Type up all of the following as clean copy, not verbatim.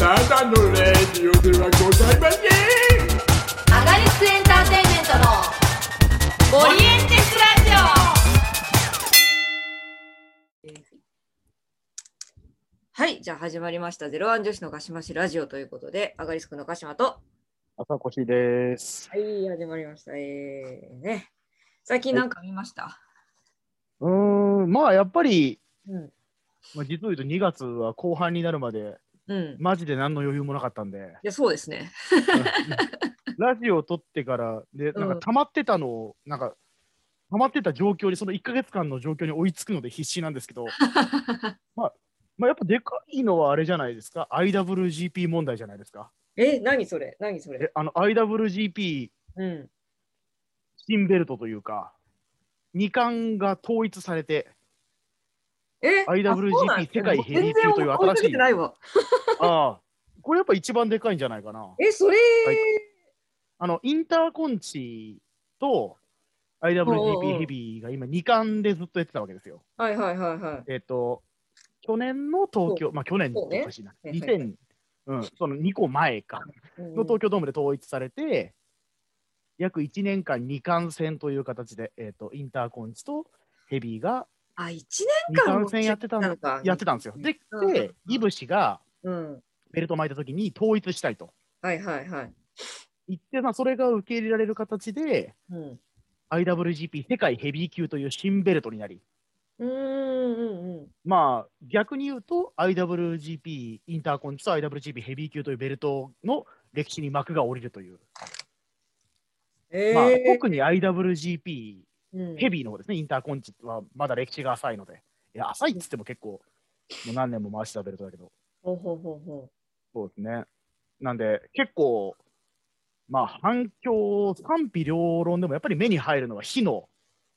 ただのレディオではございません。 アガリスクエンターテインメントのオリエンテスラジオ。はい、じゃあ始まりましたゼロワン女子の鹿島市ラジオということで、アガリスクの鹿島と朝越です。 はい、始まりました。ね、最近なんか見ました？ まあやっぱり、 うん実を言うと2月は後半になるまで、マジで何の余裕もなかったんで、 いやそうですね。 ラジオを撮ってからで、なんか溜まってたのを、なんか溜まってた状況に、その1ヶ月間の状況に追いつくので必死なんですけど、まあやっぱでかいのはあれじゃないですか、IWGP 問題じゃないですか。 何それ IWGP 新ベルトというか、2冠が統一されて、IWGP 世界ヘビー級という新しい。これやっぱ一番でかいんじゃないかな。 それ、 インターコンチと IWGP ヘビーが今2冠でずっとやってたわけですよ。 はいはいはいはい。 去年の東京、去年のおかしいな。その2個前かの東京ドームで統一されて、約1年間2冠戦という形で、インターコンチとヘビーが 1年間 2冠戦やってたんですよ。で、イブシがベルト巻いたときに統一したいと。 はいはいはい。 言って、それが受け入れられる形で、IWGP 世界ヘビー級という新ベルトになり、逆に言うと IWGP インターコンチと IWGP ヘビー級というベルトの歴史に幕が下りるという。特に IWGP ヘビーの方ですね、インターコンチはまだ歴史が浅いので、浅いっつっても結構、もう何年も回したベルトだけど。そうですね。なんで、結構、反響、賛否両論でもやっぱり目に入るのは火の。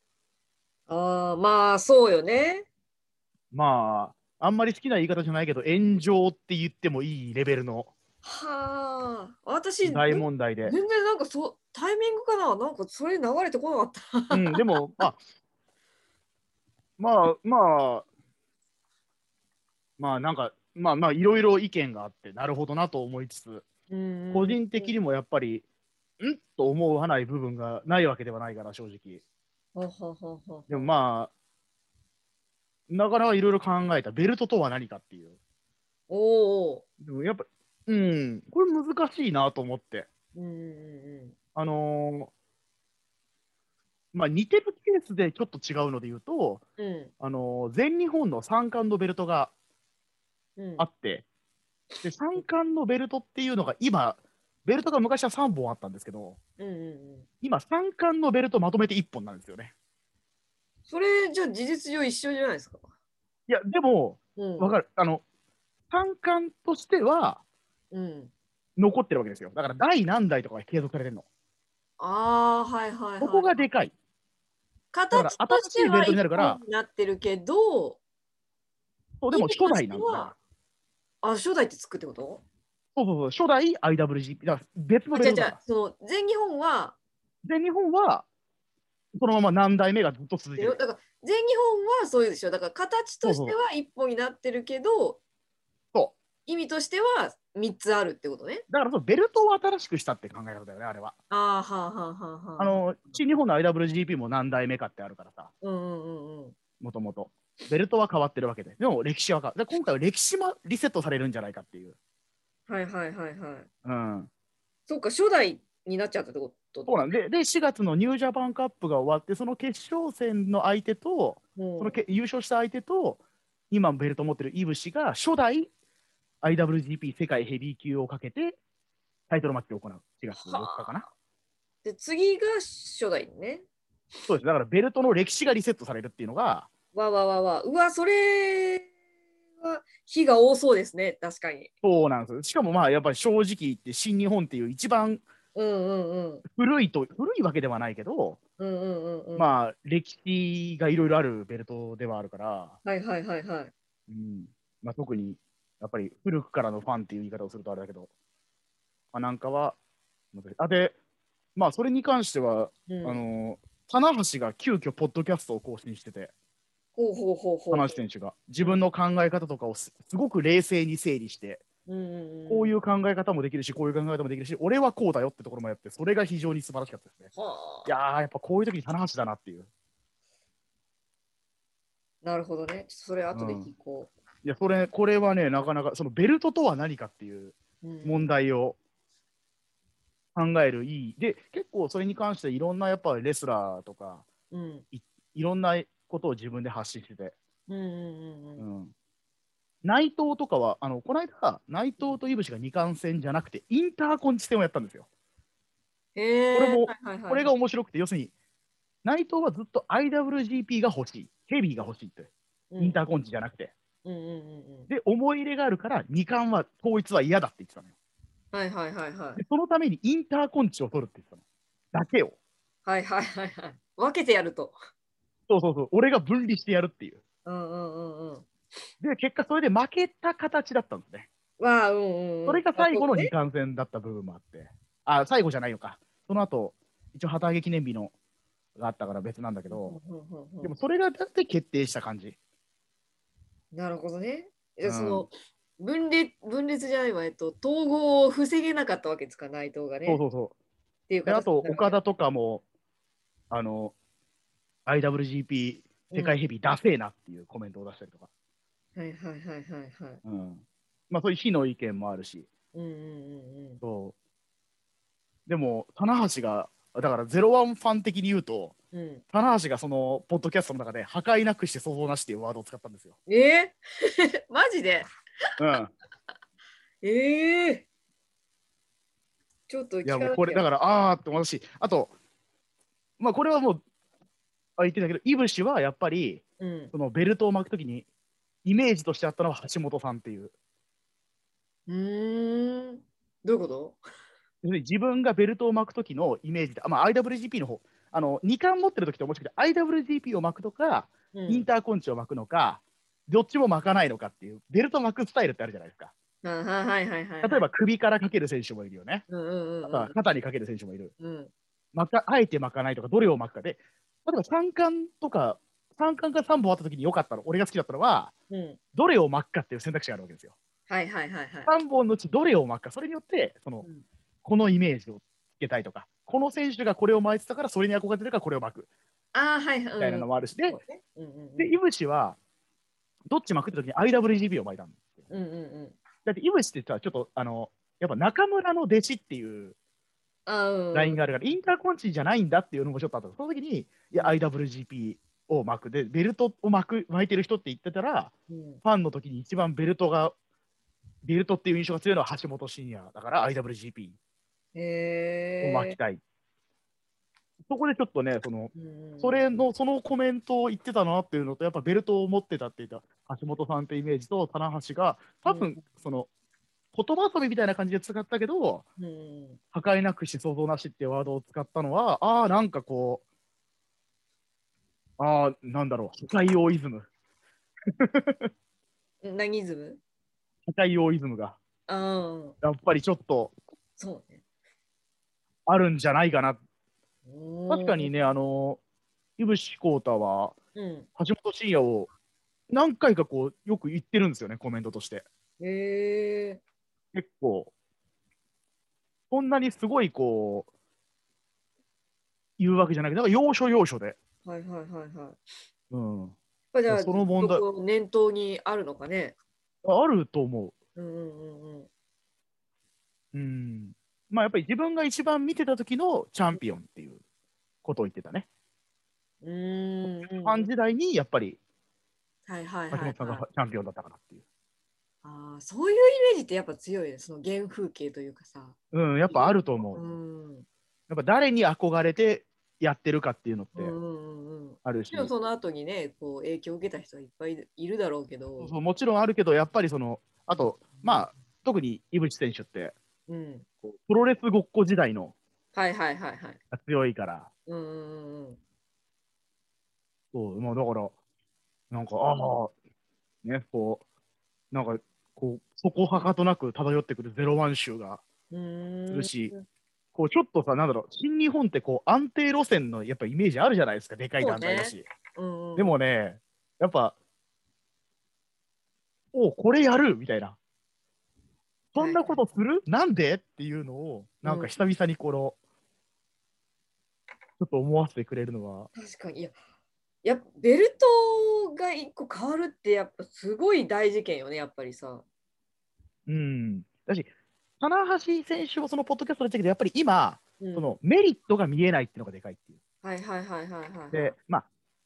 そうよね。 あんまり好きな言い方じゃないけど、炎上って言ってもいいレベルの私、 大問題で。 全然なんかタイミングかな、なんかそれ流れてこなかった。 でも、なんか、いろいろ意見があって、なるほどなと思いつつ、個人的にもやっぱり、と思わない部分がないわけではないから、正直。でもなかなかいろいろ考えた、ベルトとは何かっていう。でもやっぱ、これ難しいなと思って。似てるケースでちょっと違うので言うと、全日本の三冠のベルトがあって、で三冠のベルトっていうのが今、ベルトが昔は3本あったんですけど、今、三冠のベルトまとめて1本なんですよね。 それじゃあ事実上一緒じゃないですか。 いや、でも、わかる。三冠としては残ってるわけですよ。だから第何代とかが継続されてるの。ここがでかい。 形としては一本になってるけど、 でも初代なんだ。 初代ってつくってこと？ そう、初代 IWGP。だから別のベルトだ。 全日本は、 そのまま何代目がずっと続いてる。 だから全日本はそういうでしょ。だから形としては一本になってるけど、意味としては3つあるってことね。 だからベルトを新しくしたって考え方だよね、あれは。新日本の IWGP も何代目かってあるからさ。もともと。ベルトは変わってるわけで。でも歴史は変わる。今回は歴史もリセットされるんじゃないかっていう。 そうか、初代になっちゃったってこと。 そうなんで、4月のニュージャパンカップが終わって、その決勝戦の相手と、その優勝した相手と、今ベルトを持ってるイブシが初代IWGP 世界ヘビー級をかけてタイトルマッチを行う。4月4日かな。 で、次が初代ね。 そうです。だからベルトの歴史がリセットされるっていうのが。 うわ、それは火が多そうですね、確かに。 そうなんですよ。しかもやっぱり正直言って新日本っていう一番古いわけではないけど、歴史がいろいろあるベルトではあるから、特にやっぱり古くからのファンっていう言い方をするとあれだけど、なんかは、それに関しては、棚橋が急遽ポッドキャストを更新してて、棚橋選手が自分の考え方とかをすごく冷静に整理して、 こういう考え方もできるし、こういう考え方もできるし、俺はこうだよってところもやって、それが非常に素晴らしかったですね。いやー、やっぱこういう時に棚橋だなっていう。 なるほどね。それ後で聞こう。 いや、これはね、なかなか、そのベルトとは何かっていう問題を考えるいい。で、結構それに関していろんなやっぱレスラーとか、いろんなことを自分で発信してて。内藤とかは、この間、内藤と井渕が二冠戦じゃなくて、インターコンチ戦をやったんですよ。これが面白くて、要するに、内藤はずっと IWGP が欲しい、ヘビーが欲しいって、インターコンチじゃなくて。で、思い入れがあるから、二冠は、統一は嫌だって言ってたのよ。で、そのためにインターコンチを取るって言ってたの。だけを。 分けてやると。 そうそうそう、俺が分離してやるっていう。で、結果、それで負けた形だったんですね。それが最後の二冠戦だった部分もあって。最後じゃないのか。その後、一応、旗揚げ記念日のがあったから別なんだけど、でもそれがだって決定した感じ。 なるほどね。その分裂じゃないわ、統合を防げなかったわけですか、内藤がね。 っていうか、あと、岡田とかも、IWGP 世界ヘビーダセーなっていうコメントを出したりとか。まあ、そういう非の意見もあるし。でも、棚橋が、だから01ファン的に言うと、棚橋がそのポッドキャストの中で破壊なくして想像なしっていうワードを使ったんですよ。 マジでちょっと聞かなきゃ。 いやもうこれだからって思うし、あと、まあこれはもう言ってたけど、いぶしはやっぱり、そのベルトを巻くときにイメージとしてあったのは橋本さんっていう。 どういうこと？ 自分がベルトを巻くときのイメージで、IWGP の方、2冠持ってるときと面白くて、IWGP を巻くとか、インターコンチを巻くのか、どっちも巻かないのかっていう、ベルト巻くスタイルってあるじゃないですか。例えば首からかける選手もいるよね。肩にかける選手もいる。あえて巻かないとか、どれを巻くかで、例えば3冠が3本あったときに良かったの、俺が好きだったのは、どれを巻くかっていう選択肢があるわけですよ。3本のうちどれを巻くか、それによって、このイメージをつけたいとか、この選手がこれを巻いてたからそれに憧れてるからこれを巻くみたいなのもあるし、で、いぶしはどっち巻くって時に IWGP を巻いたんですよ。だっていぶしってさ、ちょっとやっぱ中村の弟子っていうラインがあるから、インターコンチじゃないんだっていうのもちょっとあった。その時に、いや、IWGP を巻くで、ベルトを巻いてる人って言ってたら、ファンの時に一番ベルトっていう印象が強いのは橋本真也だから IWGP を巻きたい。そこでちょっとね、そのコメントを言ってたなっていうのと、やっぱベルトを持ってたって言った橋本さんってイメージと、棚橋が、多分その言葉遊びみたいな感じで使ったけど、破壊なくし想像なしっていうワードを使ったのは、なんかこう、なんだろう、破壊王イズム。 何イズム？ 破壊王イズムが。やっぱりちょっと、あるんじゃないかな。確かにね、井伏浩太は、橋本真也を何回かこうよく言ってるんですよね、コメントとして。結構、そんなにすごいこう、言うわけじゃないけど、要所要所で。 じゃあ、その問題、念頭にあるのかね。 あると思う。まあやっぱり自分が一番見てた時のチャンピオンっていうことを言ってたね。ファン時代にやっぱり橋本さんがチャンピオンだったからっていう。 そういうイメージってやっぱ強いです。その原風景というかさ。 やっぱあると思う。やっぱ誰に憧れてやってるかっていうのってあるし。 もちろんその後にね、こう影響を受けた人はいっぱいいるだろうけど。 もちろんあるけど、やっぱりあと、まあ、特に井渕選手って、プロレスごっこ時代の強いから。もうだから、なんか、ね、こう、なんか、こう、そこはかとなく漂ってくる01集がするし、こう、ちょっとさ、なんだろう、新日本ってこう、安定路線のやっぱイメージあるじゃないですか、でかい団体だし。でもね、やっぱ、これやるみたいな。 そんなことする、なんでっていうのを、なんか久々にこの、ちょっと思わせてくれるのは。 確かに。ベルトが1個変わるってやっぱすごい大事件よね、やっぱりさ。 だし、棚橋選手もそのポッドキャストで言ったけど、やっぱり今、そのメリットが見えないっていうのがでかいっていう。 はいはいはいはいはい。 で、まあ、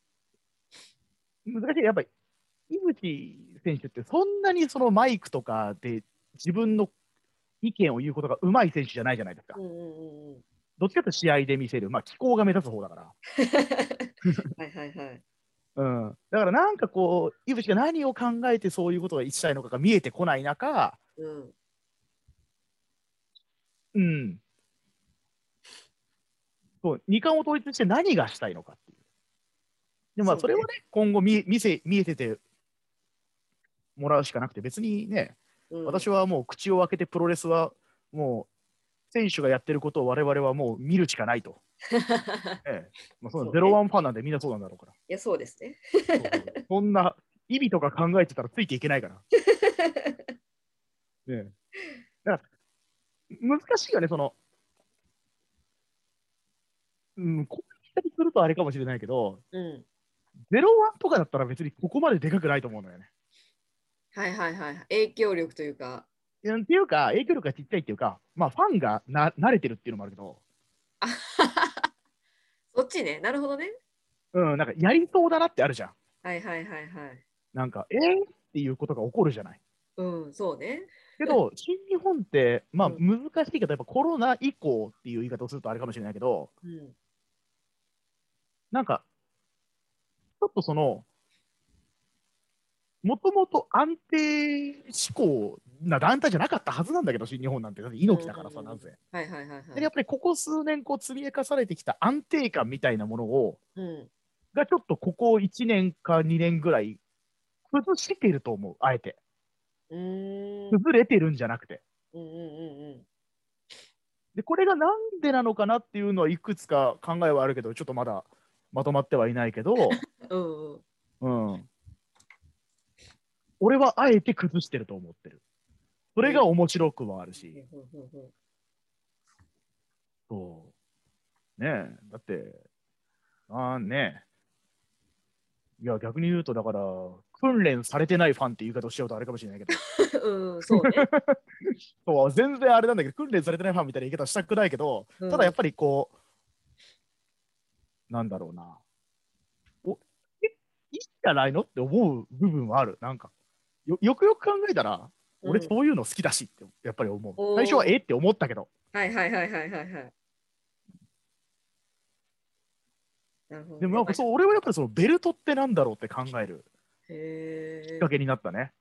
難しい。やっぱり、井口選手ってそんなにそのマイクとかで自分の意見を言うことが上手い選手じゃないじゃないですか。どっちかというと試合で見せる、まあ、気候が目立つ方だから。 はいはいはい。 だからなんかこう、井口が何を考えてそういうことがしたいのかが見えてこない中、そう、二冠を統一して何がしたいのかっていう。でまあ、それはね、今後見えててもらうしかなくて、別にね、私はもう口を開けてプロレスはもう選手がやってることを我々はもう見るしかないと。まあ、その01ファンなんでみんなそうなんだろうから。いや、そうですね。 そんな意味とか考えてたらついていけないから。だから難しいよね、その、こういう言い方するとあれかもしれないけど、01とかだったら別にここまででかくないと思うのよね。 はいはいはい。影響力というか。 っていうか、影響力がちっちゃいっていうか、まあ、ファンが慣れてるっていうのもあるけど。 そっちね、なるほどね。 なんかやりそうだなってあるじゃん。 はいはいはいはい。 なんか、っていうことが起こるじゃない。 そうね。 けど、新日本って、まあ、難しいけど、やっぱコロナ以降っていう言い方をするとあれかもしれないけど、なんか、ちょっとその、もともと安定志向な団体じゃなかったはずなんだけど、新日本なんて、猪木だからさ、なぜ。 はいはいはいはい。 で、やっぱりここ数年、こう積み重ねてきた安定感みたいなものを、がちょっとここ1年か2年ぐらい、崩してると思う、あえて。崩れてるんじゃなくて。で、これがなんでなのかなっていうのはいくつか考えはあるけど、ちょっとまだまとまってはいないけど、俺はあえて崩してると思ってる。それが面白くもあるし。そう。ねえ、だって、ねえ。いや、逆に言うと、だから、訓練されてないファンって言い方をしちゃうとあれかもしれないけど。 そうね。 そう、全然あれなんだけど、訓練されてないファンみたいな言い方したくないけど、ただやっぱりこう、なんだろうな。いいんじゃないのって思う部分はある。なんか、よくよく考えたら、俺そういうの好きだしってやっぱり思う。最初はって思ったけど。 はいはいはいはいはいはい。 でもなんかそう、俺はやっぱりそのベルトってなんだろうって考えるきっかけになったね。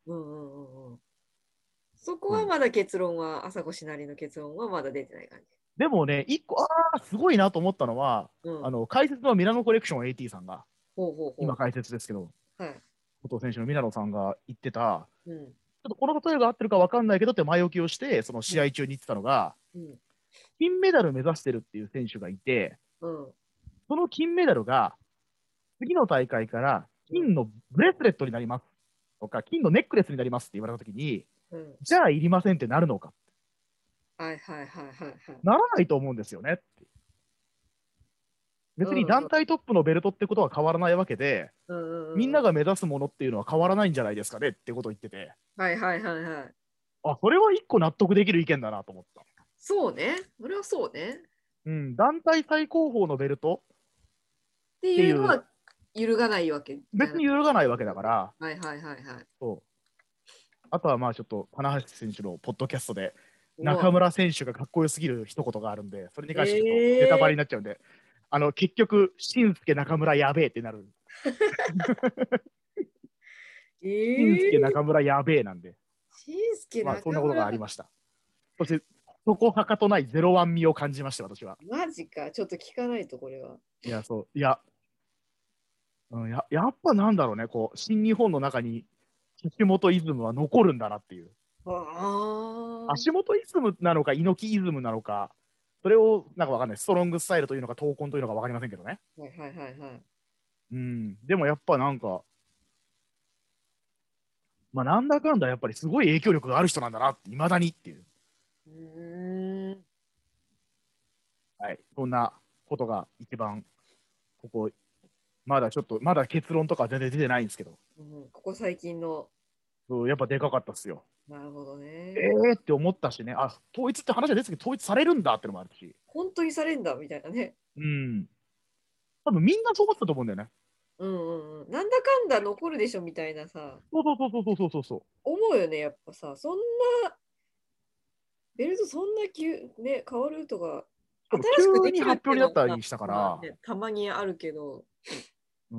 そこはまだ結論は、朝越なりの結論はまだ出てない感じ。 でもね、一個、すごいなと思ったのは、解説のミラノコレクション AT さんが、今解説ですけど、後藤選手のミラノさんが言ってた、ちょっとこの例えが合ってるか分かんないけどって前置きをして、その試合中に言ってたのが、金メダル目指してるっていう選手がいて、その金メダルが、次の大会から金のブレスレットになりますとか、金のネックレスになりますって言われたときに、じゃあいりませんってなるのか。 はいはいはいはい。 ならないと思うんですよねって。別に団体トップのベルトってことは変わらないわけで、みんなが目指すものっていうのは変わらないんじゃないですかねってことを言ってて。 はいはいはいはい。 それは一個納得できる意見だなと思った。 そうね。それはそうね。 団体最高峰のベルトっていうのは揺るがないわけ。 別に揺るがないわけだから。 はいはいはいはい。 そう。あとはまあちょっと、棚橋選手のポッドキャストで、中村選手がかっこよすぎる一言があるんで、それに関してちょっとネタバレになっちゃうんで、結局、新助中村やべえってなる。新助中村やべえなんで。 新助中村、 そんなことがありました。そして、そこはかとない01味を感じました、私は。 マジか、ちょっと聞かないと、これは。 いや、そう、いや、やっぱなんだろうね、こう、新日本の中に、橋本イズムは残るんだなっていう。橋本イズムなのか、猪木イズムなのか、それをなんかわかんない。ストロングスタイルというのか、闘魂というのかわかりませんけどね。 はいはいはいはい。 でもやっぱなんか、 まあ、なんだかんだやっぱりすごい影響力がある人なんだなって、いまだにっていう。はい。そんなことが一番、ここ、まだちょっと、まだ結論とか全然出てないんですけど、 ここ最近の。 やっぱでかかったっすよ。 なるほどね。 って思ったしね、あ、統一って話はですけど、統一されるんだってのもあるし。 本当にされんだみたいなね。 うん。多分みんなそう思ってたと思うんだよね。 なんだかんだ残るでしょみたいなさ。 そうそうそうそうそうそう。 思うよね、やっぱさ。そんな、ベルトそんなね、変わるとか、新しくできる発表になったりりしたから、 ね、たまにあるけど、 うん。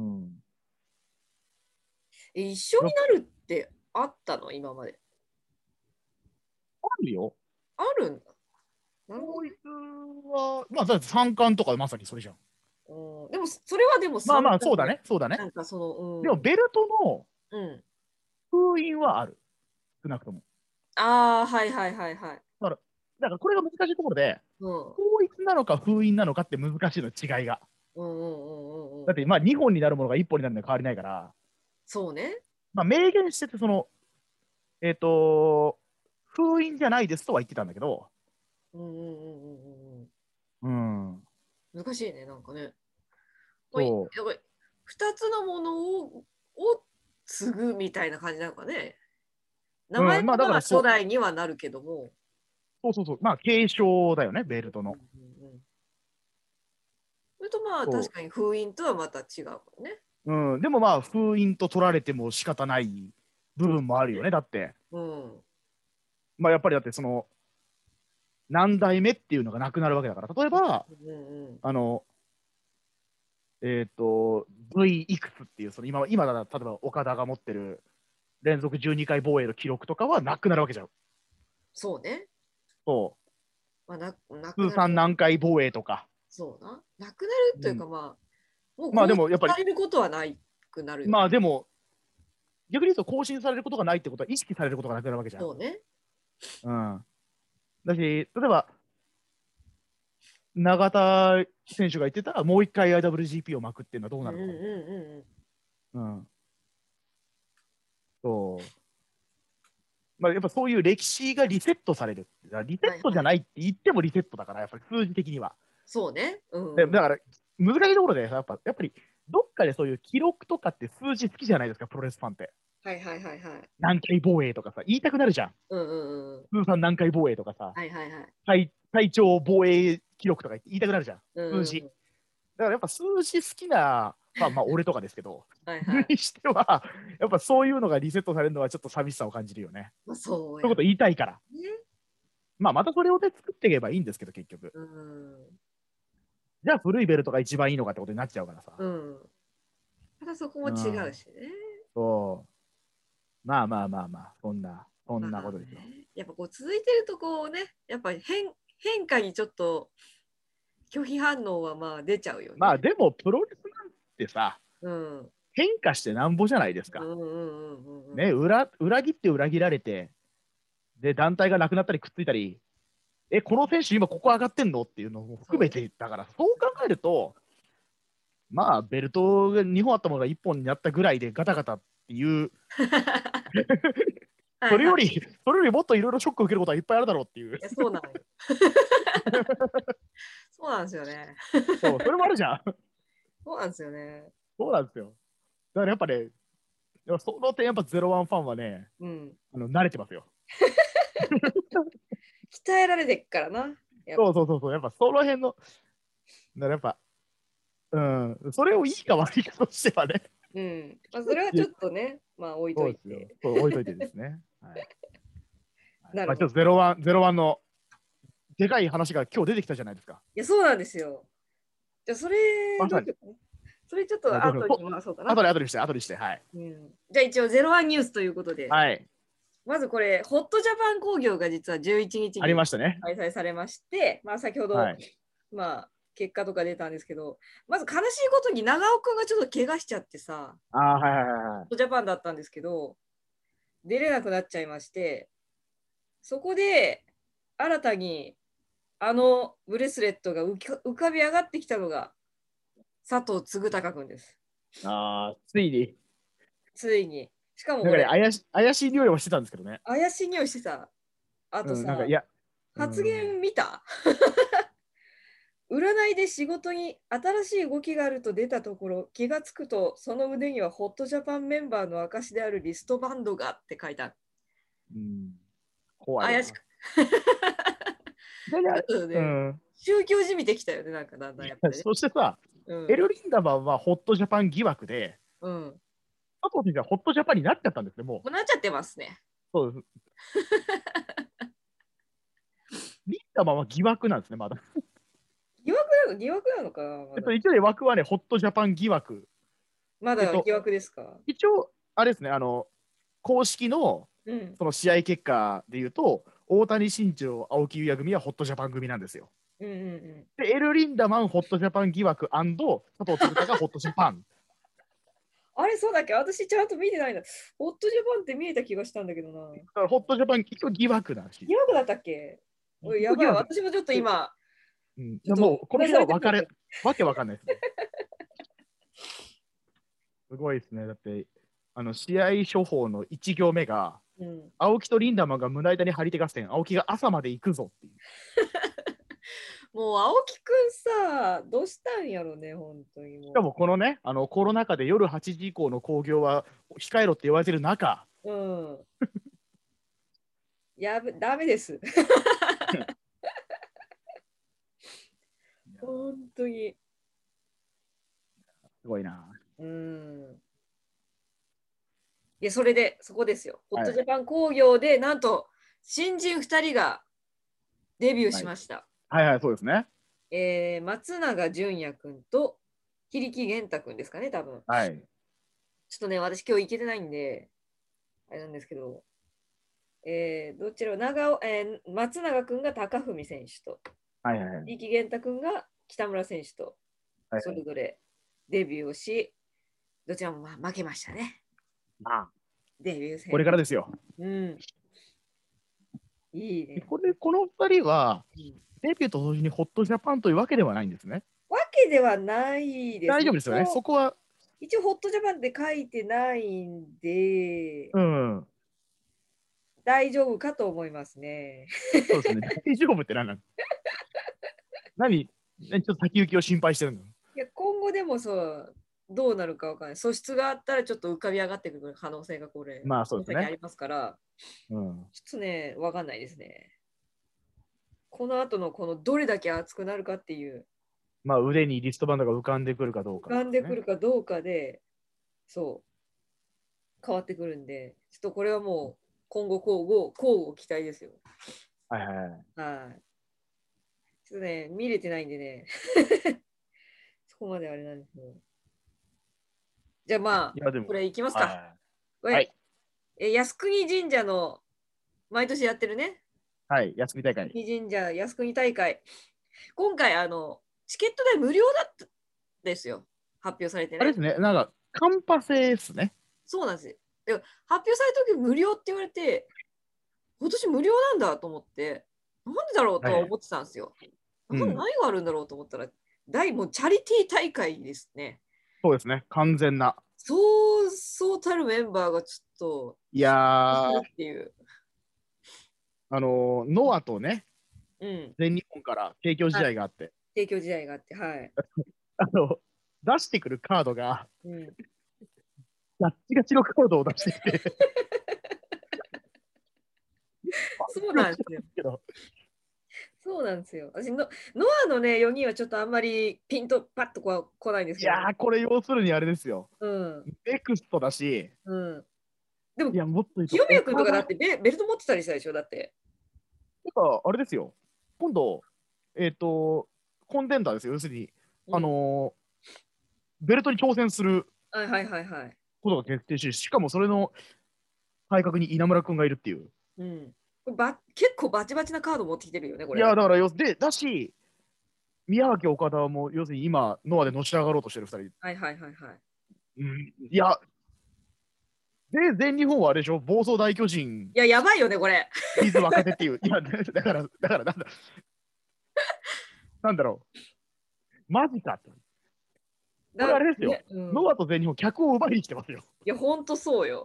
一緒になるってあったの今まで。 あるよ。 あるんだ。なるほど、 統一は、まあ、だって三冠とかまさにそれじゃん。 でも、それはでもまあまあ、そうだね、そうだね。 なんかでも、ベルトのうん。 封印はある。少なくとも。 ああ、はいはいはいはい。 だからこれが難しいところで、統一なのか封印なのかって難しいの違いが。だって、まあ、2本になるものが1本になるのは変わりないから、 そうね。 まあ、明言してて、封印じゃないですとは言ってたんだけど、うん。 難しいね、なんかね。 そう。 やっぱり2つのものを継ぐみたいな感じなのかね。名前まあ、だからは初代にはなるけども。 そうそうそう。まあ、継承だよね、ベルトの。 それとまあ、確かに封印とはまた違うもんね。 でもまあ、封印と取られても仕方ない部分もあるよね、だって。まあ、やっぱりだって、何代目っていうのがなくなるわけだから。例えば、V いくつっていう、今だ、例えば岡田が持ってる連続12回防衛の記録とかはなくなるわけじゃん。 そうね。 そう。 まあ、なく通算何回防衛とか。 そうな。なくなるというか、まあ、もうまあでもやっぱり、 されることはないくなるよね。 まあでも、逆に言うと更新されることがないってことは意識されることがなくなるわけじゃん。 そうね。 だし、例えば、永田選手が言ってたら、もう一回 IWGP を巻くっていうのはどうなるのか。そう。まあ、やっぱそういう歴史がリセットされる。リセットじゃないって言ってもリセットだから、やっぱり数字的には。 そうね。 だから、難しいところで、やっぱり、どっかでそういう記録とかって数字好きじゃないですか、プロレスファンって。 はいはいはいはい。 何回防衛とかさ、言いたくなるじゃん。通算何回防衛とかさ、最長防衛記録とか言いたくなるじゃん、数字。だからやっぱ数字好きな、まあ俺とかですけど、にしては、やっぱそういうのがリセットされるのはちょっと寂しさを感じるよね。そういうこと言いたいから。まあまたそれをね、作っていけばいいんですけど、結局。じゃあ古いベルトが一番いいのかってことになっちゃうからさ。 ただそこも違うしね。 そう。まあまあまあまあ、そんなことですよ。 やっぱこう続いてるとこうね、やっぱり変化にちょっと拒否反応はまあ出ちゃうよね。 まあでもプロレスなんてさ、変化してなんぼじゃないですか。ね、裏切って裏切られて、で、団体がなくなったりくっついたり、この選手今ここ上がってんのっていうのも含めて、だからそう考えると、まあベルトが2本あったものが1本になったぐらいでガタガタっていう、それよりもっといろいろショックを受けることはいっぱいあるだろうっていう。 そうなのよ。そうなんですよね。 そう、それもあるじゃん。 そうなんですよね。 そうなんですよ。だからやっぱね、その点やっぱ01ファンはね、慣れてますよ。 鍛えられてっからな。 そう、やっぱその辺の、だからやっぱ、それをいいか悪いかとしてはね。 まあ、それはちょっとね、まあ置いといて。 置いといてですね。はい。まあ、ちょっと01のでかい話が今日出てきたじゃないですか。 いや、そうなんですよ。じゃあ、それちょっと後に回そうかな。 後にして、はい。 じゃあ一応01ニュースということで。 はい。 まずこれ、ホットジャパン工業が実は11日にありましたね。 開催されまして、まあ先ほど、まあ結果とか出たんですけど、まず悲しいことに長尾くんがちょっと怪我しちゃってさ、ホットジャパンだったんですけど、出れなくなっちゃいまして、そこで新たにあのブレスレットが浮かび上がってきたのが佐藤嗣隆くんです。 ついに。 ついに。ししかもなんかね、怪しい匂いはしてたんですけどね。 怪しい匂いしてた。あとさ、 なんかいや発言見た占いで仕事に新しい動きがあると出たところ、気がつくとその腕にはホットジャパンメンバーの証であるリストバンドがって書いてある。 怖い。 怪しく。宗教じみてきたよね、なんかだんだんやっぱり、ね。 そしてさ、エル・リンダマンはホットジャパン疑惑で、佐藤先生はホットジャパンになっちゃったんですね、もう。 なっちゃってますね。 そうです。リンダマンは疑惑なんですね、まだ。 疑惑なのかな、 一応ね、枠はね、ホットジャパン疑惑。 まだ疑惑ですか？ 一応、あれですね、公式のその試合結果でいうと、大谷慎次郎、青木優也組はホットジャパン組なんですよ。で、エル・リンダマン、ホットジャパン疑惑&佐藤鶴田がホットジャパン。 あれ、そうだっけ？私ちゃんと見てないんだ。ホットジャパンって見えた気がしたんだけどな。だからホットジャパン、一応疑惑だし。 疑惑だったっけ？やばい、私もちょっと今。 もう、この人はわけわかんないです、ね。すごいですね。だって、試合処方の1行目が、青木とリンダマンが胸板に張り手合戦、青木が朝まで行くぞっていう。 もう青木くんさ、どうしたんやろね、本当にもう。 しかもこのね、コロナ禍で夜8時以降の興行は控えろって言われてる中。 ダメです。本当に。 すごいな。 いや、そこですよ。ホットジャパン工業で、なんと、新人2人がデビューしました。 はい、そうですね。 松永純也君と桐木玄太君ですかね、多分。 はい。 ちょっとね、私今日行けてないんで、あれなんですけど、どちら松永君が高文選手と、桐木玄太君が北村選手と、それぞれデビューをし、どちらも負けましたね。デビュー戦。 これからですよ。 いいね。 この2人は、デビューと同時にホットジャパンというわけではないんですね。 わけではないです。 大丈夫ですよね、そこは。 一応、ホットジャパンって書いてないんで、大丈夫かと思いますね。 そうですね、大丈夫って何なの？ちょっと先行きを心配してるの？いや、今後でもどうなるかわからない。素質があったらちょっと浮かび上がってくる可能性がそうですね。 ありますから、ちょっとね、わかんないですね。この後のどれだけ熱くなるかっていう。 腕にリストバンドが浮かんでくるかどうか、 浮かんでくるかどうかで、変わってくるんで、ちょっとこれはもう今後交互期待ですよ。 はい。 ちょっとね、見れてないんでね。そこまであれなんですけど。じゃあこれいきますか。靖国神社の毎年やってるね。 靖国大会。 神社靖国大会。今回チケット代無料だったですよ。発表されてね。 あれですね、なんかカンパ制ですね。 そうなんですよ。発表された時無料って言われて、今年無料なんだと思って、なんでだろうとは思ってたんですよ。何があるんだろうと思ったら、もうチャリティー大会ですね。 そうですね、完全な。 そうたるメンバーがちょっと、 いやー、 っていう。 ノアとね、全日本から提供試合があって。 提供試合があって、はい。 出してくるカードが、ガッチガチのカードを出してきて。 そうなんですよ。そうなんですよ。私ノアのね、4人はちょっとあんまりピンとパッと来ないんですけど。 いやー、これ要するにあれですよ。ネクストだし。 でも、 もっと清宮君とかだってベルト持ってたりしたでしょ、だって。 あれですよ。今度、コンテンダーですよ。要するに、ベルトに挑戦することが決定し、しかもそれの対角に稲村君がいるっていう。 結構バチバチなカード持ってきてるよね、これ。 いや、だからだし、宮脇岡田も要するに今、ノアでのし上がろうとしてる2人。いや、で、全日本はあれでしょ、暴走大巨人。 いや、やばいよね、これ。 水若手っていう。いや、だからなんだろう。マジかって。これあれですよ。ノアと全日本、客を奪いに来てますよ。 いや、ほんとそうよ。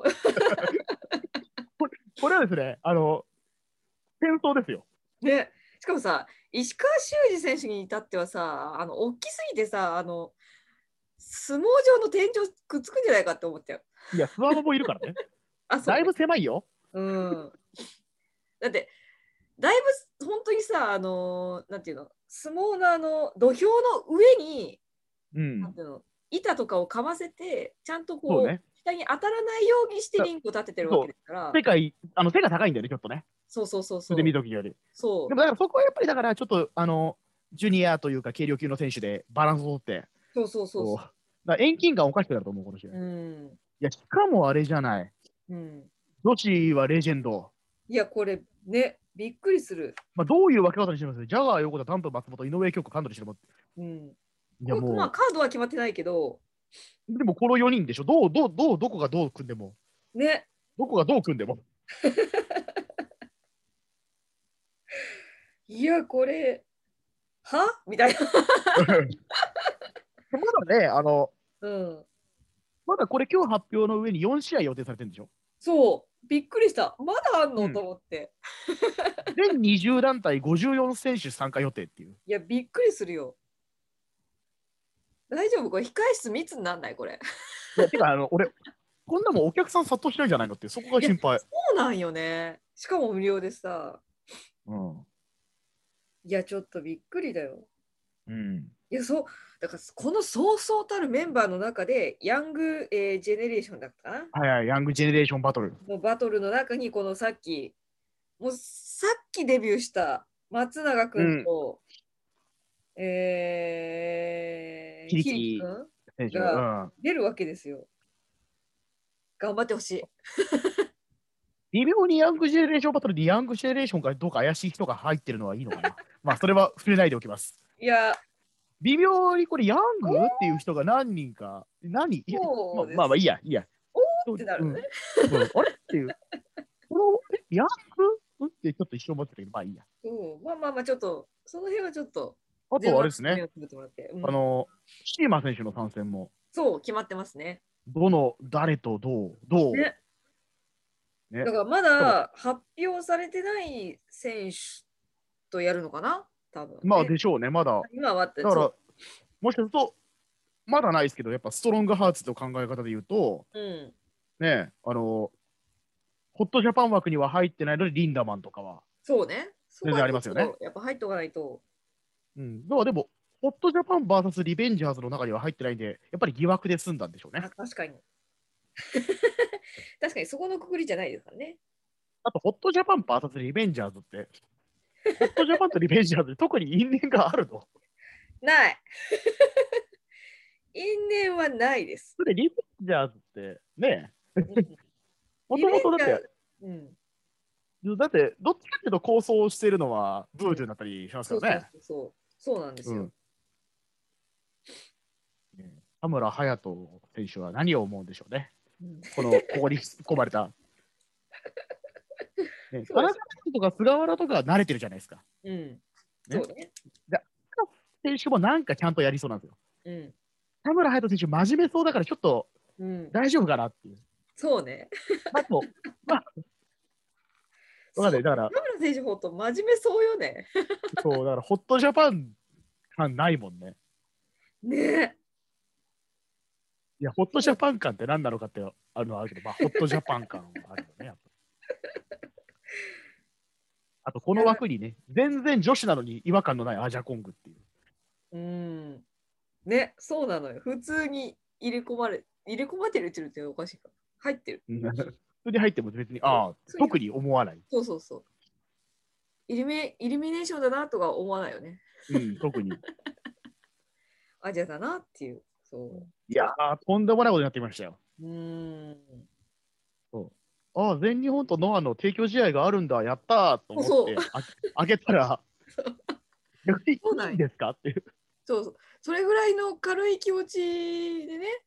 これはですね、戦争ですよ。 ね、しかもさ、石川修司選手に至ってはさ、大きすぎてさ、相撲場の天井くっつくんじゃないかって思っちゃう。 いや、スワモもいるからね。 あ、そうね、 だいぶ狭いよ。 うん。だって、だいぶ本当にさ、なんていうの、相撲の土俵の上に、なんていうの、板とかをかませて、ちゃんとこう、 ね、 下に当たらないようにしてリンクを立ててるわけですから。 背が高いんだよね、ちょっとね。 そうそうそうそう。 で見ときより。 そう。 でもだからそこはやっぱりだからちょっとジュニアというか軽量級の選手でバランスをとって。 そうそうそうそう。 だ遠近感おかしくなると思う、この試合。いや、しかもあれじゃない。女子はレジェンド。 いや、これね、びっくりする。 まあ、どういう分け方にしてますジャガー、横田、ダンプ、松本、井上京子、神取しても。 いやもう、まあ、カードは決まってないけど。 でもこの4人でしょ。どこがどう組んでも。 ね。 どこがどう組んでも。 いや、これ、はみたいな。 まだね、まだこれ今日発表の上に4試合予定されてるんでしょ。 そう、びっくりした。まだあんの、と思って。 全20団体54選手参加予定っていう。 いや、びっくりするよ。大丈夫これ、控え室密になんないこれ。 いや、てか、俺、こんなもんお客さん殺到しないんじゃないのって、そこが心配。 そうなんよね。しかも無料でさ。いや、ちょっとびっくりだよ。いや、そう、だからこのそうそうたるメンバーの中で、ヤング、ジェネレーションだったかな。 はいはい、ヤングジェネレーションバトル。 のバトルの中に、このさっきデビューした松永君と、 キリキ君が出るわけですよ。頑張ってほしい。 微妙にヤングジェネレーションバトルでヤングジェネレーションかどうか怪しい人が入ってるのはいいのかな。まあ、それは触れないでおきます。 いや、 微妙にこれヤングっていう人が何人か、まあいいや。 おーってなるね。 あれっていう。このヤングってちょっと一生思ってたけど、まあいいや。 まあ、ちょっと、その辺はちょっと。 あとあれですね。シーマ選手の参戦も。 そう、決まってますね。 誰とどう。 ね。だからまだ発表されてない選手とやるのかな多分、ね。 まあでしょうね、まだ。 今はだから、もしかすると、まだないですけど、やっぱストロングハーツと考え方で言うと、ね、ホットジャパン枠には入ってないので、リンダマンとかは。 そうね。 全然ありますよね。 やっぱ入っておかないと。 だからでも、ホットジャパン VS リベンジャーズの中には入ってないんで、やっぱり疑惑で済んだんでしょうね。 確かに。確かにそこのくくりじゃないですからね。 あと、ホットジャパン VS リベンジャーズって、ホットジャパンとリベンジャーズで特に因縁があるのない。因縁はないです。 それリベンジャーズってね、もともとだって、だって、どっちかっていうと構想しているのはブードゥーだったりしますからね。 そうなんですよ。 田村隼人選手は何を思うんでしょうね。ここに込まれた。田中とか菅原とか慣れてるじゃないですか。 そうね。 選手もなんかちゃんとやりそうなんですよ。田村隼人選手真面目そうだからちょっと大丈夫かなっていう。 そうね。 あと、わかんない。だから。 田村選手ほんと真面目そうよね。 そう、だからホットジャパン感ないもんね。 ね。 いや、ホットジャパン感って何なのかってあるのはあるけど、まあ、ホットジャパン感はあるよね、やっぱ。あと、この枠にね、全然女子なのに違和感のないアジャコングっていう。 ね、そうなのよ。普通に入れ込まれてるっておかしいか。入ってる。 普通に入っても別に、特に思わない。 そう。イルミネーションだなとか思わないよね。 特に。 アジアだなっていう。 いやー、とんでもないことになってきましたよ。全日本とノアの提供試合があるんだ、やったーと思って開けたら、逆にいいんですかっていう。 それぐらいの軽い気持ちでね。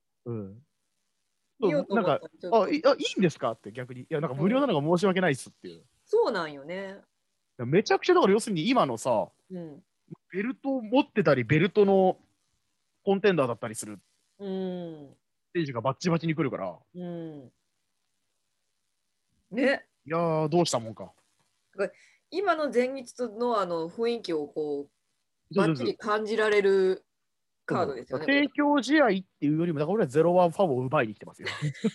なんか、いいんですかって逆に。いや、なんか無料なのが申し訳ないっすっていう。 そうなんよね。 めちゃくちゃだから要するに今のさ、ベルトを持ってたり、ベルトのコンテンダーだったりする。 選手がバッチバチに来るから。 うん。ね。 いやー、どうしたもんか。 今の全日の雰囲気をこう、 そうそうそうバッチリ感じられるカードですよね。 提供試合っていうよりも、だから俺は0-1ファンを奪いに来てますよ。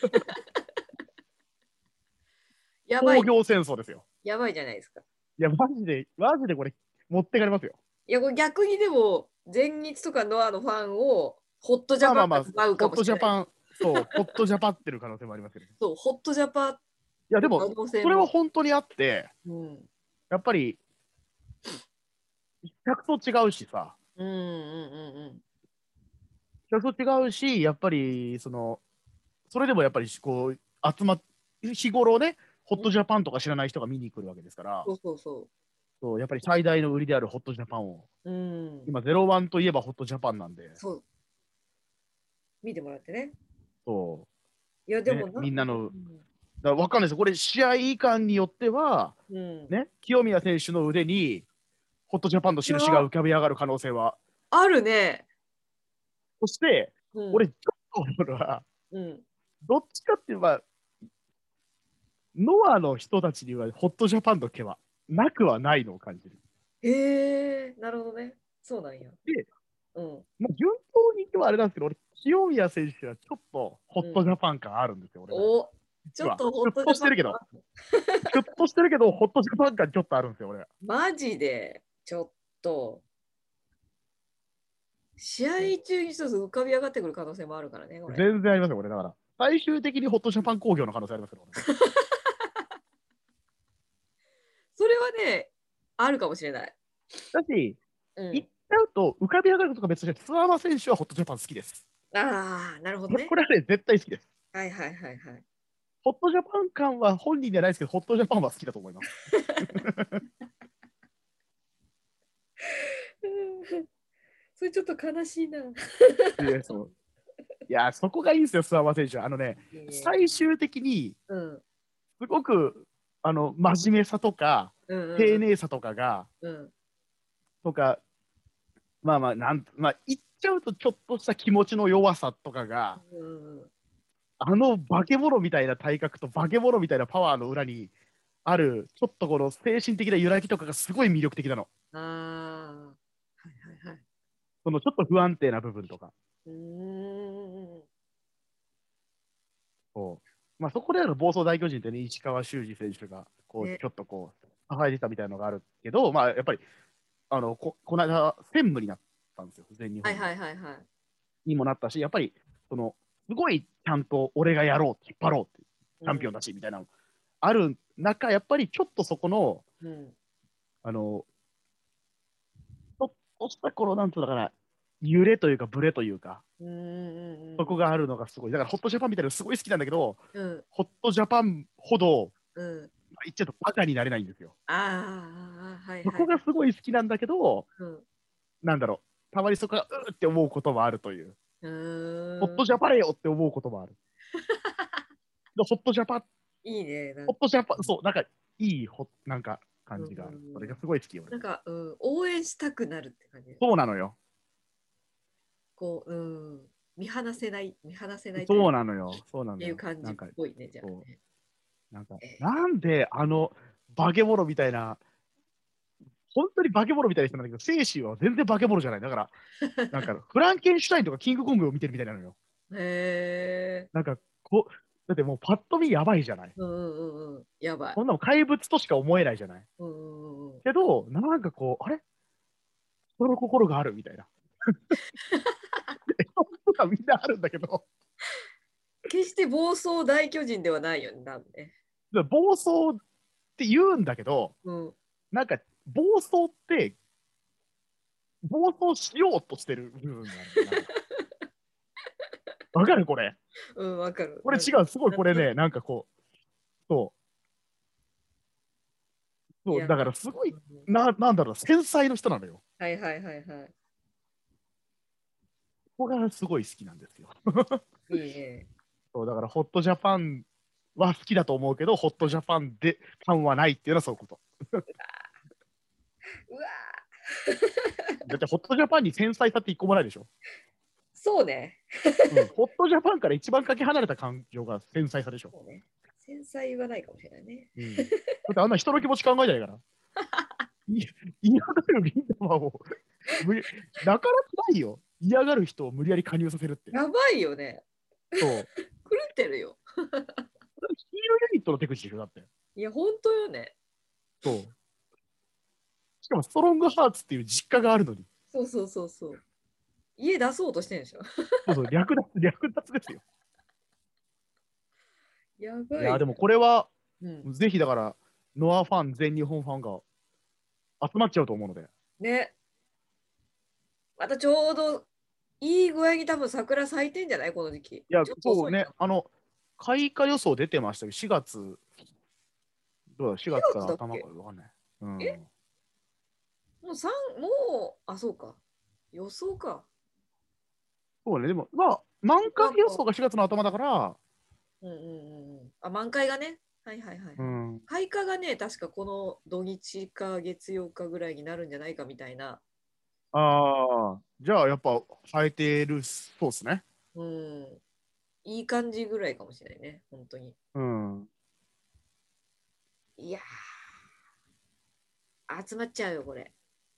やばい。 工業戦争ですよ。 やばいじゃないですか。 いや、マジでこれ、持ってかれますよ。 いや、これ逆にでも、全日とかノアのファンを、ホットジャパンが奪うかもしれない。 ホットジャパン、そう、ホットジャパってる可能性もありますけど。 そう、ホットジャパ。いや、でも、それは本当にあって、やっぱり、客と違うしさ。客と違うし、やっぱり、それでもやっぱり、こう、日頃ね、ホットジャパンとか知らない人が見に来るわけですから、そうやっぱり最大の売りであるホットジャパンを、今、01といえばホットジャパンなんで、 そう。見てもらってね。 そう。 いや、でも、 みんなの、だから分かんないですよ。これ、試合感によっては、ね、清宮選手の腕に、ホットジャパンの印が浮かび上がる可能性は。 あるね。 そして、俺、ちょっと思うのは、どっちかっていうと、ノアの人たちにはホットジャパンの毛はなくはないのを感じる。 なるほどね。そうなんや。 で、順当に言ってはあれなんですけど、俺、清宮選手はちょっとホットジャパン感あるんですよ、俺は。 ちょっとホッとしてるけど、ちょっとしてるけど、ホットジャパン感ちょっとあるんですよ、俺は。 マジで、ちょっと。試合中に一つ浮かび上がってくる可能性もあるからね。 全然ありますよ、俺。だから、最終的にホットジャパン工業の可能性ありますよ、 それはね、あるかもしれない。 だし、言っちゃうと、浮かび上がることが別に、諏訪間選手はホットジャパン好きです。 ああ、なるほどね。 これはね、絶対好きです。 はいはいはいはい。 ホットジャパン感は本人じゃないですけど、ホットジャパンは好きだと思います。 それちょっと悲しいな。 いや、そこがいいんですよ、諏訪間選手は。最終的に、すごく、真面目さとか、丁寧さとかが、とか、言っちゃうとちょっとした気持ちの弱さとかが、化け物みたいな体格と化け物みたいなパワーの裏にある、ちょっとこの精神的な揺らぎとかがすごい魅力的なの。そのちょっと不安定な部分とか。そこで暴走大巨人ってね、石川修司選手がこう、ちょっとこう、抱えてたみたいなのがあるけど、やっぱり、この間、専務になったんですよ、全日本にもなったし、やっぱり、すごいちゃんと俺がやろう、引っ張ろうって、チャンピオンだしみたいなのある中、やっぱりちょっとそこの、ちょっとしたなんつうのかな、揺れというか、ブレというか、そこがあるのがすごい。だから、ホットジャパンみたいなのすごい好きなんだけど、ホットジャパンほど、言っちゃうとバカになれないんですよ。そこがすごい好きなんだけど、なんだろう、たまにそこがうーって思うこともあるという。ホットジャパンよって思うこともある。ホットジャパン。 いいね。 ホットジャパン、そう、なんかいいなんか感じがある。それがすごい好きよ。 なんか、応援したくなるって感じ。 そうなのよ。 こう、見放せない。 そうなのよ。そうなのよ。 っていう感じっぽいね、じゃあね。 なんで化け物みたいな、本当に化け物みたいな人なんだけど、精神は全然化け物じゃない。だから、フランケンシュタインとかキングコングを見てるみたいなのよ。だってもうパッと見やばいじゃない。 やばい。 そんなの怪物としか思えないじゃない。けど、あれ人の心があるみたいな。とかみんなあるんだけど。 決して暴走大巨人ではないよね、多分ね。 暴走って言うんだけど、暴走って暴走しようとしてる部分がある。わかるこれ。 わかる。 これ違う、すごいこれね、そう、だからすごい、なんだろう、繊細の人なのよ。 はいはい。 ここがすごい好きなんですよ。 いいね。 そう、だからホットジャパンは好きだと思うけど、ホットジャパンで感はないっていうのはそういうこと。うわだってホットジャパンに繊細さって一個もないでしょ。 そうね。 ホットジャパンから一番かけ離れた感情が繊細さでしょ。 そうね。繊細はないかもしれないね。 だってあんな人の気持ち考えないから。嫌がるリンダマンをなかなかないよ。嫌がる人を無理やり加入させるって。 やばいよね。 そう。狂ってるよ。 ヒーローユニットの手口でしょ、だって。 いや、本当よね。 そう。しかもストロングハーツっていう実家があるのに。 そう。家出そうとしてるんでしょ。 そう、略奪ですよ。 やばい。 いや、でもこれは、ぜひだから、ノアファン、全日本ファンが集まっちゃうと思うので。 ね。またちょうどいい具合に多分桜咲いてんじゃないこの時期。いや、そうね。開花予想出てましたけど、4月、どうだ、4月から頭からわかんない。 もう、そうか。予想か。 そうね、でも、まあ、満開予想が4月の頭だから、 満開がね。はい。開花がね、確かこの土日か月曜かぐらいになるんじゃないかみたいな。 ああ、じゃあやっぱ生えてるそうですね。 いい感じぐらいかもしれないね、本当に。いやー、集まっちゃうよ、これ。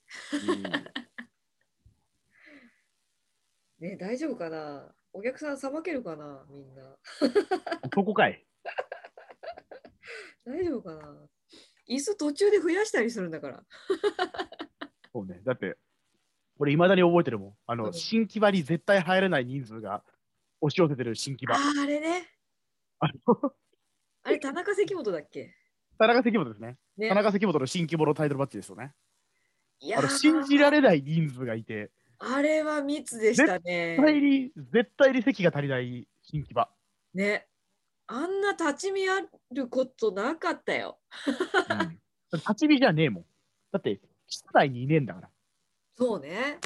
ね、大丈夫かな、お客さんさばけるかな、みんな。 そこかい。 大丈夫かな、椅子途中で増やしたりするんだから。 そうね、だって、俺いまだに覚えてるもん。新木場に絶対入れない人数が押し寄せてる新木場。 あれね。あれ、田中関本だっけ？ 田中関本ですね。田中関本の新木場のタイトルマッチですよね。 いや信じられない人数がいて。 あれは密でしたね。 絶対に席が足りない新木場。 ね。あんな立ち見あることなかったよ。 立ち見じゃねえもん。だって、室内にいねえんだから。 そうね。いや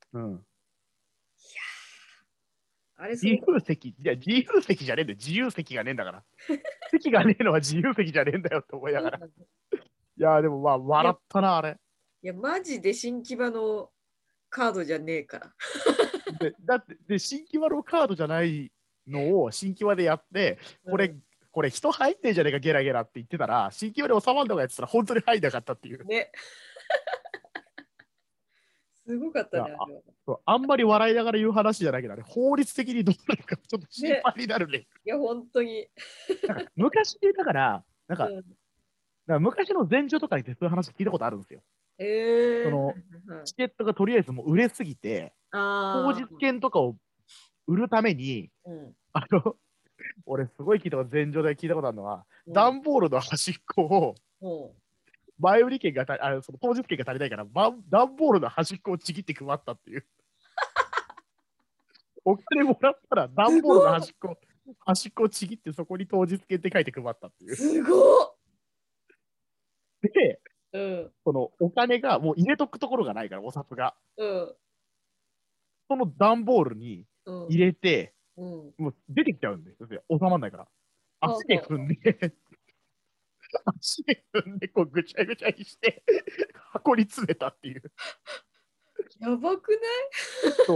あれ自由席じゃねえんだよ。自由席がねえんだから。席がねえのは自由席じゃねえんだよって思いながら。いや、でもまあ、笑ったな、あれ。 いや、マジで新木場のカードじゃねえから。 だって、新木場のカードじゃないのを新木場でやって、これ人入ってんじゃねえか、ゲラゲラって言ってたら、新木場で収まるのがやってたら、本当に入んなかったっていう。 ね。すごかったね。 あんまり笑いながら言う話じゃないけど、法律的にどうなるかちょっと心配になるね。 いや、本当に。 昔でだから、昔の前場とかにそういう話聞いたことあるんですよ。そのチケットがとりあえずもう売れすぎて、当日券とかを売るために、俺すごい前場で聞いたことあるのは、段ボールの端っこを、前売り券がその当日券が足りないから、段ボールの端っこをちぎって配ったっていう。お金もらったら段ボールの端っこをちぎってそこに当日券って書いて配ったっていう。 すごっ！ で、そのお金がもう入れとくところがないから、お札が。その段ボールに入れて、もう出てきちゃうんですよ。収まらないから。足で踏んで、こうぐちゃぐちゃにして箱に詰めたっていう。 やばくない？ そう。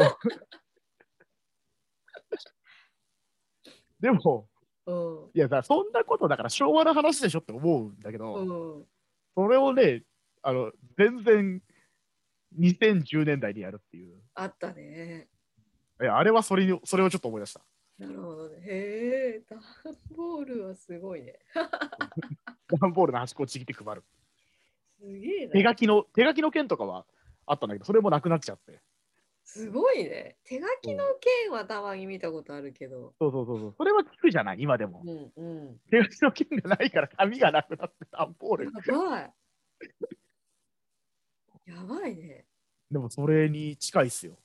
でも、いやさ、そんなことだから昭和の話でしょって思うんだけど、それをね、全然2010年代にやるっていう。 あったね。 あれはそれをちょっと思い出した。 なるほどね。へえ、段ボールはすごいね。 段ボールの端っこをちぎって配る。 すげえな。 手書きの剣とかはあったんだけど、それもなくなっちゃって。 すごいね。手書きの剣はたまに見たことあるけど。 そう。それは聞くじゃない、今でも。手書きの剣がないから紙がなくなって段ボール。 やばい。やばいね。 でもそれに近いっすよ。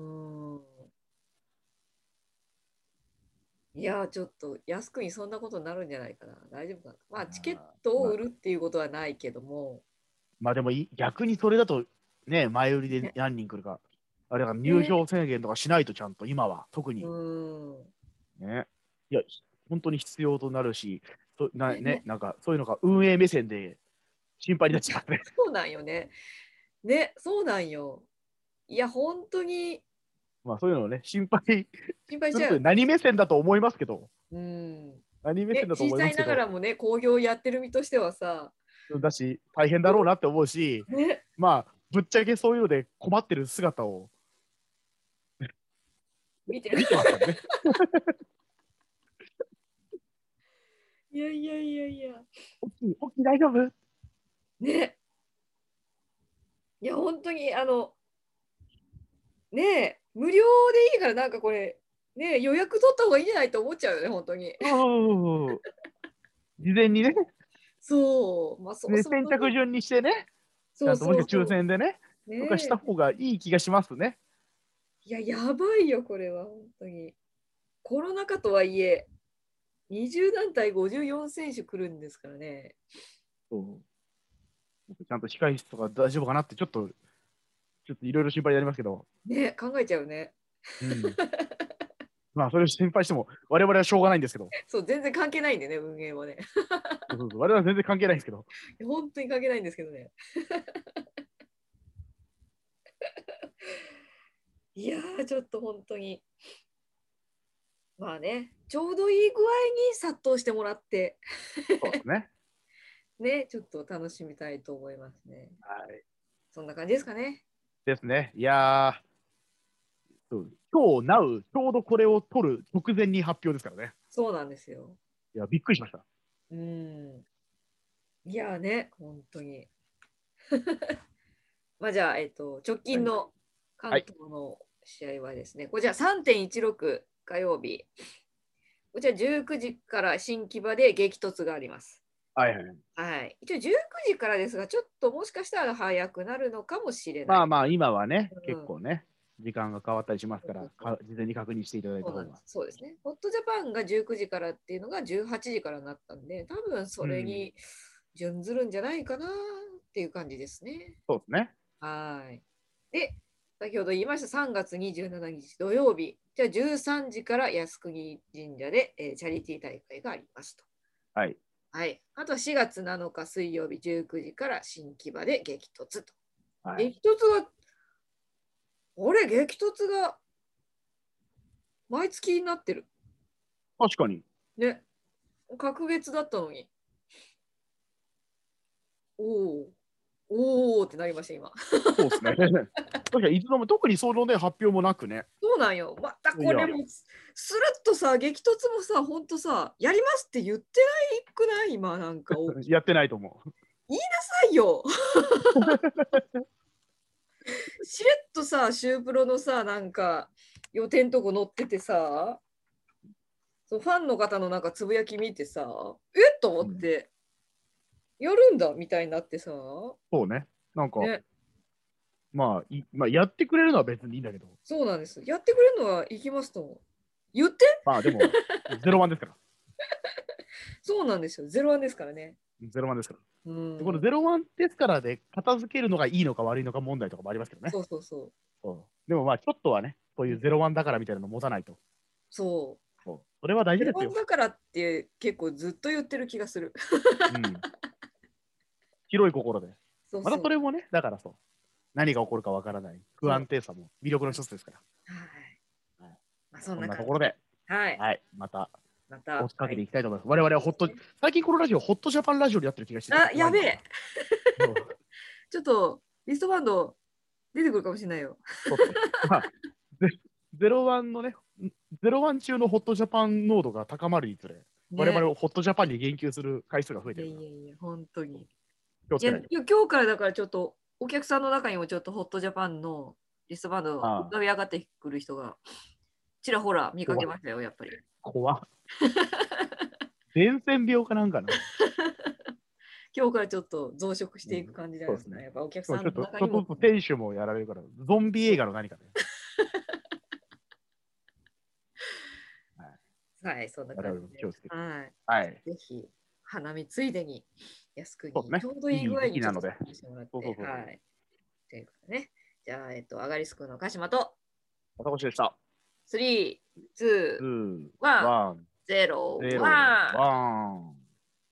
いやちょっと安くにそんなことになるんじゃないかな。大丈夫かな。まあチケットを売るっていうことはないけども。 まあでも逆にそれだとね、前売りで何人来るか。あれだから入場制限とかしないとちゃんと今は特に。ね。いや、本当に必要となるし、なんかそういうのが運営目線で心配になっちゃうね。 そうなんよね。ね、そうなんよ。いや、本当に。 まあそういうのをね、心配しちゃう。 何目線だと思いますけど。 何目線だと思いますけど。 小さいながらもね、興行やってる身としてはさ。 だし、大変だろうなって思うし、まあ、ぶっちゃけそういうので困ってる姿を見てますからね。 いやいやいやいや。 大きい大丈夫ね。いや、本当に、ねえ、無料でいいから、なんかこれ、ねえ、予約取った方がいいんじゃないと思っちゃうよね、本当に。 事前にね。 そう。まあ、そう先着順にしてね。ちゃんともしくは抽選でね。とかした方がいい気がしますね。 いや、やばいよ、これは、本当に。コロナ禍とはいえ、20団体54選手来るんですからね。 そう。ちゃんと控室とか大丈夫かなって、ちょっといろいろ心配になりますけど。 ね、考えちゃうね。 まあ、それを心配しても、我々はしょうがないんですけど。 そう、全然関係ないんでね、運営はね。 我々は全然関係ないんですけど。 本当に関係ないんですけどね。いやー、ちょっと本当に。まあね、ちょうどいい具合に殺到してもらって。 そうですね。 ね、ちょっと楽しみたいと思いますね。 はい。 そんな感じですかね。 ですね。いやー、今日、なう、ちょうどこれを取る直前に発表ですからね。 そうなんですよ。 いや、びっくりしました。 いやーね、本当に。まあじゃあ、直近の関東の試合はですね、こちら3.16火曜日。こちら19時から新木場で激突があります。 はいはい。 はい。一応19時からですが、ちょっともしかしたら早くなるのかもしれない。 まあまあ、今はね、結構ね、時間が変わったりしますから、事前に確認していただいた方が。 そうですね。ホットジャパンが19時からっていうのが18時からになったんで、多分それに準ずるんじゃないかなっていう感じですね。 そうですね。 はい。で、先ほど言いました3月27日土曜日、じゃあ13時から靖国神社で、チャリティー大会がありますと。 はい。 はい。あとは4月7日水曜日19時から新木場で激突と。 はい、 激突が、激突が毎月になってる。 確かに。 ね。隔月だったのに。おーってなりました、今。 そうですね。確かにいつのも特にそのね、発表もなくね。 そうなんよ。またこれも、スルッとさ、激突もさ、ほんとさ、やりますって言ってないくない今、なんか。 やってないと思う。 言いなさいよ。しれっとさ、シュープロのさ、なんか、予定のとこ載っててさ、そうファンの方のなんかつぶやき見てさ、っと思って、やるんだみたいになってさ。 そうね。なんか、 ね、 まあ、やってくれるのは別にいいんだけど。 そうなんです。やってくれるのは行きますと。言ってまあでも、01ですから。 そうなんですよ。01ですからね。 01ですから。この01ですからで片付けるのがいいのか悪いのか問題とかもありますけどね。 そうでもまあちょっとはね、そういう01だからみたいなの持たないと。 それは大事ですよ。 01だからって結構ずっと言ってる気がする。 広い心で。またそれもね、だからそう。何が起こるかわからない不安定さも魅力の一つですから。 はい。まあそんなところで、 はい。 また押しかけていきたいと思います。我々は最近このラジオ、ホットジャパンラジオでやってる気がしてあ、やべえ。ちょっとリストバンド出てくるかもしれないよ。 01のね、01中のホットジャパン濃度が高まるにつれ、我々をホットジャパンに言及する回数が増えてる。 いや、本当に。 今日からだからちょっとお客さんの中にもちょっとホットジャパンのリストバンド浮かび上がってくる人がちらほら見かけましたよ、やっぱり。 怖っ。伝染病かなんかな。 今日からちょっと増殖していく感じじゃないですかね。やっぱお客さんの中にも。 ちょっと店主もやられるから、ゾンビ映画の何かね。 はい、そんな感じで。 はい。 ぜひ、花見ついでに安くにちょうどいい具合になので。 してもらって。はい。ということでね。じゃあ、アガリスクの鹿島と、 私でした。 3、2、1、0、1。